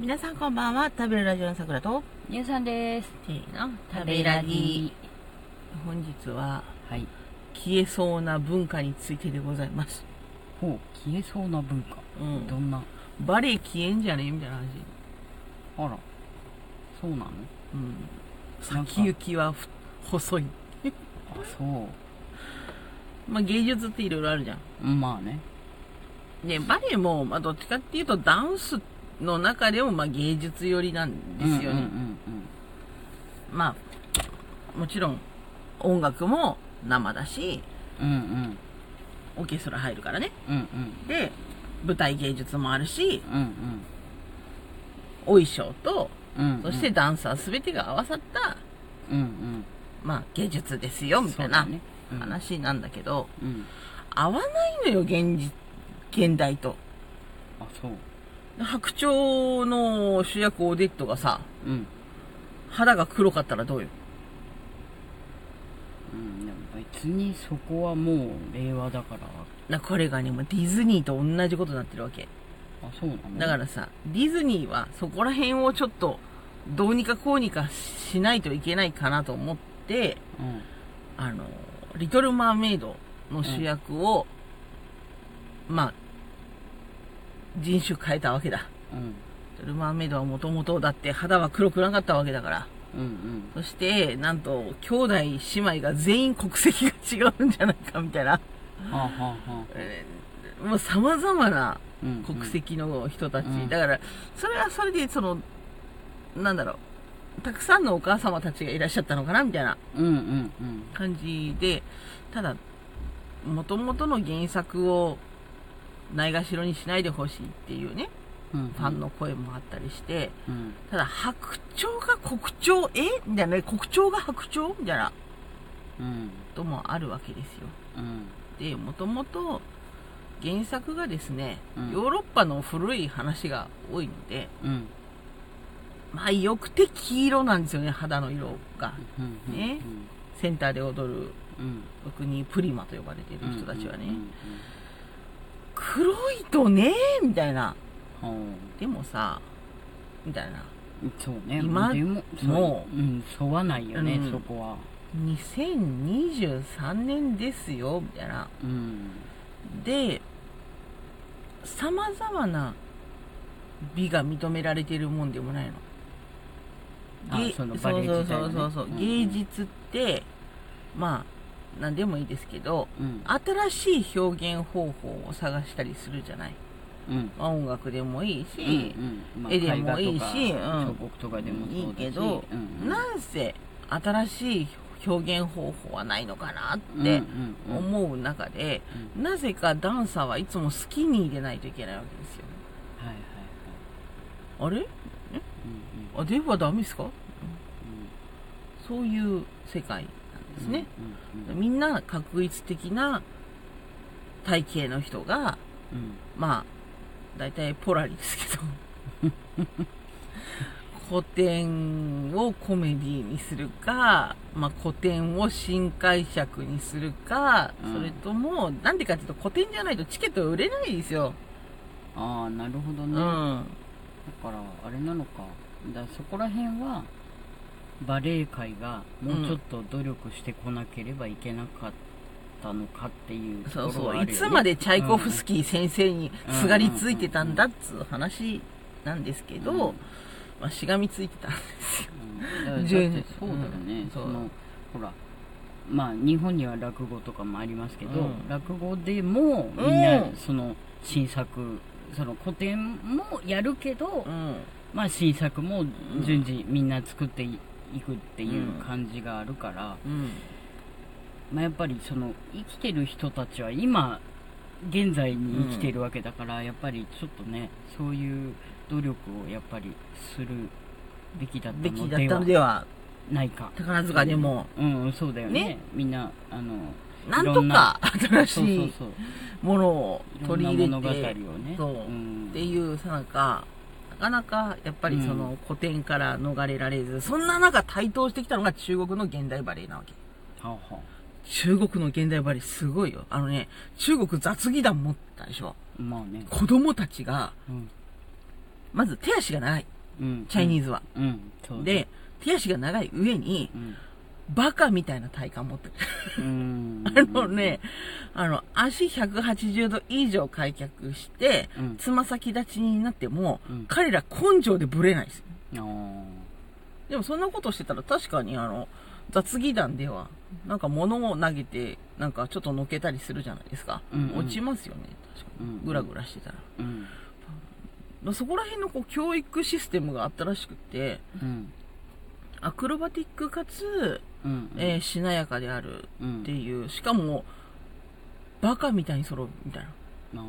皆さんこんばんは。食べるラジオのさくらとみゆさんです。 せーの、食べラギ。本日は、 はい。 消えそうな文化についてでございます。 ほう、消えそうな文化。 うん。 どんな。 バレエ消えんじゃねえみたいな話。 あら、そうなの？ うん。 なんか先行きは細い。 あ、そまあ芸術っていろいろあるじゃん。 う。まあね。 で、バレエも、まあどっちかっていうとダンスの中でもまあ芸術寄りなんですよね。まあ、もちろん音楽も生だし、 うんうん。 オーケストラ入るからね。 うんうん。 で、舞台芸術もあるし、 うんうん。 お衣装と、 うんうん。 そしてダンサーすべてが合わさった、 うんうん。 まあ芸術ですよ、みたいなね。 話なんだけど、 うん。 合わないのよ、現代と。 あ、そう。 白鳥の主役オデットがさ、 うん。 肌が黒かったらどうよ。 うん、でも別にそこはもう令和だから。 これがね、もうディズニーと同じことになってるわけ。 あ、そうなの？ だからさ、ディズニーはそこら辺をちょっと、どうにかこうにかしないといけないかなと思って、 うん。 リトル・マーメイドの主役を、まあ、人種変えたわけだ。 うん。 リトル・マーメイドはもともとだって肌は黒くなかったわけだから。 うんうん。 そして、なんと、兄弟姉妹が全員国籍が違うんじゃないかみたいな。 はあはあはあ。 もう様々なうんうん。 国籍の人たち。 うんだから、それはそれで、なんだろう、たくさんのお母様たちがいらっしゃったのかなみたいなうんうんうん。 感じで、ただ、元々の原作をないがしろにしないでほしいっていうね、 うんうん、 ファンの声もあったりして、 うん、 ただ白鳥が国鳥、みたいなね、国鳥が白鳥みたいな、 うん、 こともあるわけですよ。 うん、 で、もともと原作がですね、 うん、 ヨーロッパの古い話が多いので、 うん、 まあよくて黄色なんですよね、肌の色が。 うん、 ね、センターで踊る、 うん、 特にプリマと呼ばれている人たちはね、 うん、 黒いとね、みたいな。 うん、 でもさ、みたいな。 そうね。 今でももう、うん、沿わないよね、 うん、 そこは。 2023年ですよ、みたいな。 うん、で、 様々な美が認められているもんでもないの。 そのバレエ自体はね。 そう、芸術って、まあ、何でもいいですけど、 うん、 新しい表現方法を探したりするじゃない。 うん、 音楽でもいいし、 まあ、 絵でもいいし、 彫刻とかでもそうだし、 いいけど、なんせ新しい表現方法はないのかなって思う中で、なぜかダンサーはいつもスキニーでないといけないわけですよ。 はいはいはい。 あれあ、デブはダメですか、そういう世界なんですね。みんな確一的な体型の人が、まあ、大体ポラリですけど、古典をコメディにするか、まあ古典を新解釈にするか、それとも、なんでかっていうと古典じゃないとチケット売れないですよ。 ああ、なるほどね。だから、あれなのか。そこら辺は、バレエ界がもうちょっと努力してこなければいけなかったのかっていうところはあるよね。 いつまでチャイコフスキー先生にすがりついてたんだっつう話なんですけど、まあ、しがみついてたんですよ。 だってそうだよね。ほら、まあ日本には落語とかもありますけど、落語でもみんなその新作、その古典もやるけど、まあ新作も順次みんな作っていくっていう感じがあるから、まあやっぱりその生きてる人たちは今現在に生きてるわけだから、やっぱりちょっとね、そういう努力をやっぱりするべきだったのではないか。 宝塚でも、 そうだよね。みんななんとか新しいものを取り入れて、 物語をね、 っていうさなか、なかなかやっぱりその古典から逃れられず、そんな中台頭してきたのが中国の現代バレエなわけ。中国の現代バレエすごいよ。中国雑技団持ったでしょ。 まあね。 子供たちが、 まず手足が長い。チャイニーズは。で、手足が長い上に、バカみたいな体幹持ってる。足180度以上開脚して、つま先立ちになっても、彼ら根性でブレないです。でもそんなことしてたら確かに雑技団では、なんか物を投げて、なんかちょっとのけたりするじゃないですか。落ちますよね、確かに。グラグラしてたら。そこら辺の教育システムがあったらしくて、アクロバティックかつ、しなやかであるっていう、しかも、バカみたいに揃うみたいな。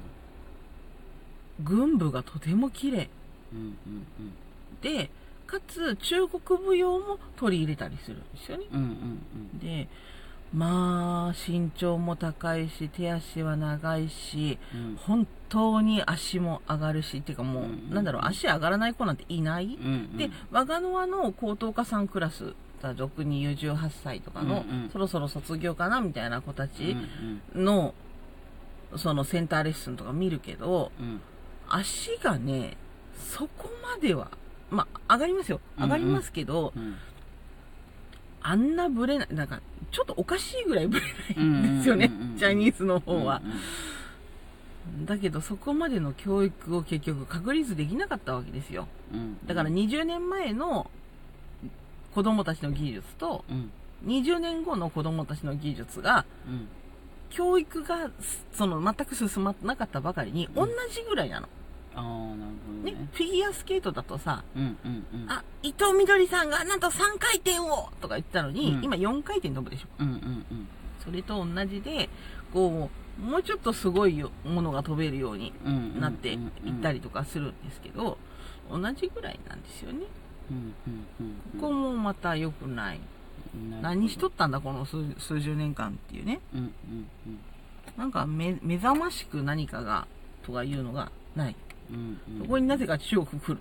軍部がとても綺麗。で、かつ中国舞踊も取り入れたりするんですよね。で、まあ、身長も高いし、手足は長いし、本当に足も上がるし、っていうかもう、なんだろう、足上がらない子なんていない。で、我がのの高等科3クラス、俗に言う18歳とかの、そろそろ卒業かなみたいな子たちの、そのセンターレッスンとか見るけど、足がね、そこまでは、まあ、上がりますよ。上がりますけど、あんなブレない、なんか、ちょっとおかしいぐらいブレないんですよね、チャイニーズの方は。だけど、そこまでの教育を結局確立できなかったわけですよ。だから20年前の子供たちの技術と、20年後の子供たちの技術が、教育が、全く進まなかったばかりに、同じぐらいなの。 なるほどね。 フィギュアスケートだとさ、伊藤みどりさんがなんと3回転をとか言ったのに、今4回転飛ぶでしょ。それと同じで、もうちょっとすごいものが飛べるようになっていったりとかするんですけど、同じぐらいなんですよね。ここもまた良くない。何しとったんだこの数十年間っていうね。なんか目覚ましく何かがとかいうのがない。そこになぜか中国来る。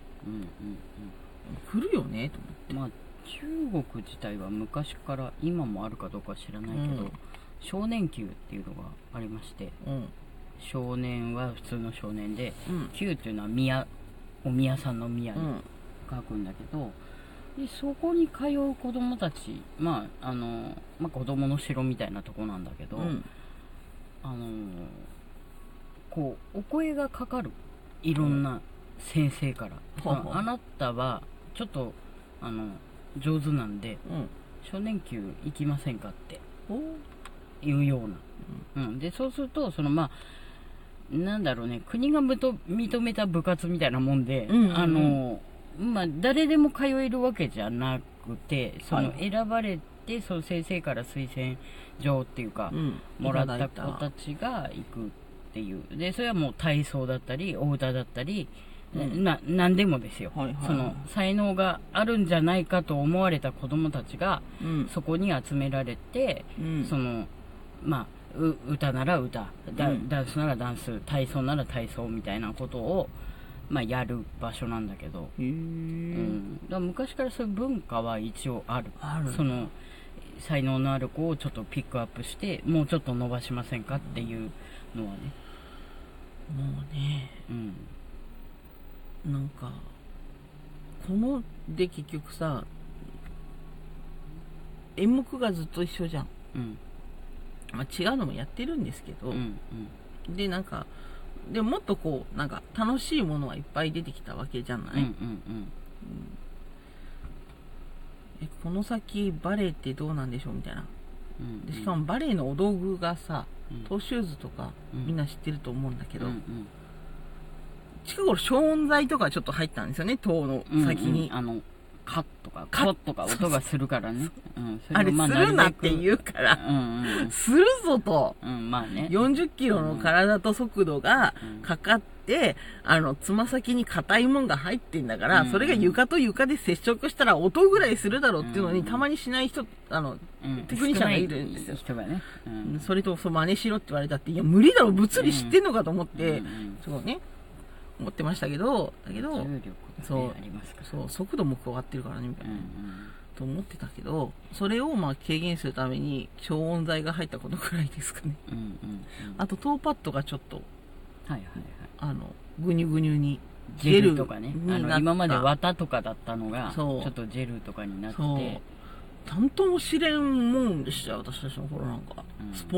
来るよねと思って。 中国自体は昔から今もあるかどうかは知らないけど、少年級っていうのがありまして、少年は普通の少年で、級っていうのはお宮さんの宮に書くんだけど、でそこに通う子供たち、子供の城みたいなとこなんだけど、お声がかかる。いろんな先生から、あなたはちょっと上手なんで、少年級行きませんかっていうような、でそうするとなんだろうね、国が認めた部活みたいなもんで、誰でも通えるわけじゃなくて、選ばれてその先生から推薦状っていうか、もらった子たちが行くっていう。でそれはもう体操だったりお歌だったり、何でもですよ。その才能があるんじゃないかと思われた子供たちが、そこに集められて、歌なら歌、ダンスならダンス、体操なら体操みたいなことをやる場所なんだけど、だから昔からそういう文化は一応ある。その才能のある子をちょっとピックアップしてもうちょっと伸ばしませんかっていうのはね。 もうね、なんかで結局さ、演目がずっと一緒じゃん。違うのもやってるんですけど、でなんかでももっとなんか楽しいものはいっぱい出てきたわけじゃない。この先バレエってどうなんでしょうみたいな。でしかもバレエのお道具がさ、トーシューズとかみんな知ってると思うんだけど、近頃消音材とかちょっと入ったんですよね、塔の先に。 カッとかコッとか音がするからね。 あれするなって言うから、するぞと。40キロの体と速度がかかって、つま先に硬いもんが入ってんだから、それが床と床で接触したら音ぐらいするだろうっていうのに、たまにしない人、テクニシャンがいるんですよ。それと真似しろって言われたって、いや無理だろ、物理知ってんのかと思って、そうね、思ってましたけど、そう速度も加わってるからねみたいな、と思ってたけど、それを軽減するために消音材が入ったことくらいですかね。あとトーパッドがちょっとぐにゅぐにゅにジェルとかね。今まで綿綿とかだったのが、ちょっとジェルとかになって。 なんとも知れんもんでしたよ、私たちの頃なんか。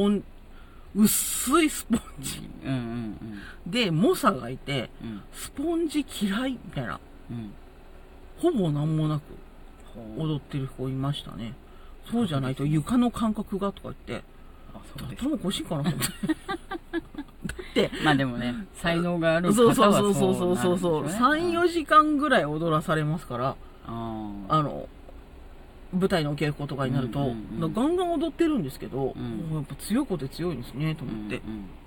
薄いスポンジ。で、猛者がいて、スポンジ嫌いみたいな。ほぼなんもなく踊ってる子いましたね。そうじゃないと床の感覚がとか言って、頭おかしいかなと思って。だって。 まあでもね、才能がある方はそうなんですよね。 そう。3、4時間ぐらい踊らされますから、舞台の稽古とかになると、ガンガン踊ってるんですけど、やっぱ強い子で強いんですね、と思って。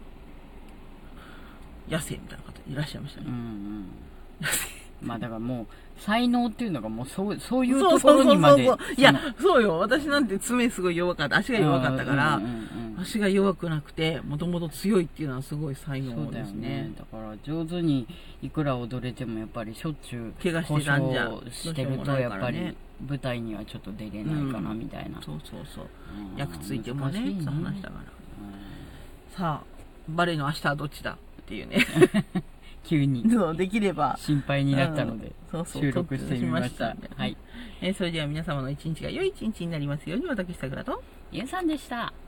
野生みたいな方いらっしゃいましたね。 まあだからもう、才能っていうのがもうそういうところにまで。 いや、そうよ。私なんて爪すごい弱かった。足が弱かったから、足が弱くなくて、もともと強いっていうのはすごい才能ですね。 だから上手にいくら踊れてもやっぱりしょっちゅう怪我してたんじゃしてるとやっぱり舞台にはちょっと出れないかなみたいな。 そう。役ついてもね、って話だから。さあ、バレエの明日はどっちだっていうね。 急にできれば心配になったので収録してみました。 はい。それでは皆様の一日が良い一日になりますように、私さくらとゆうさんでした。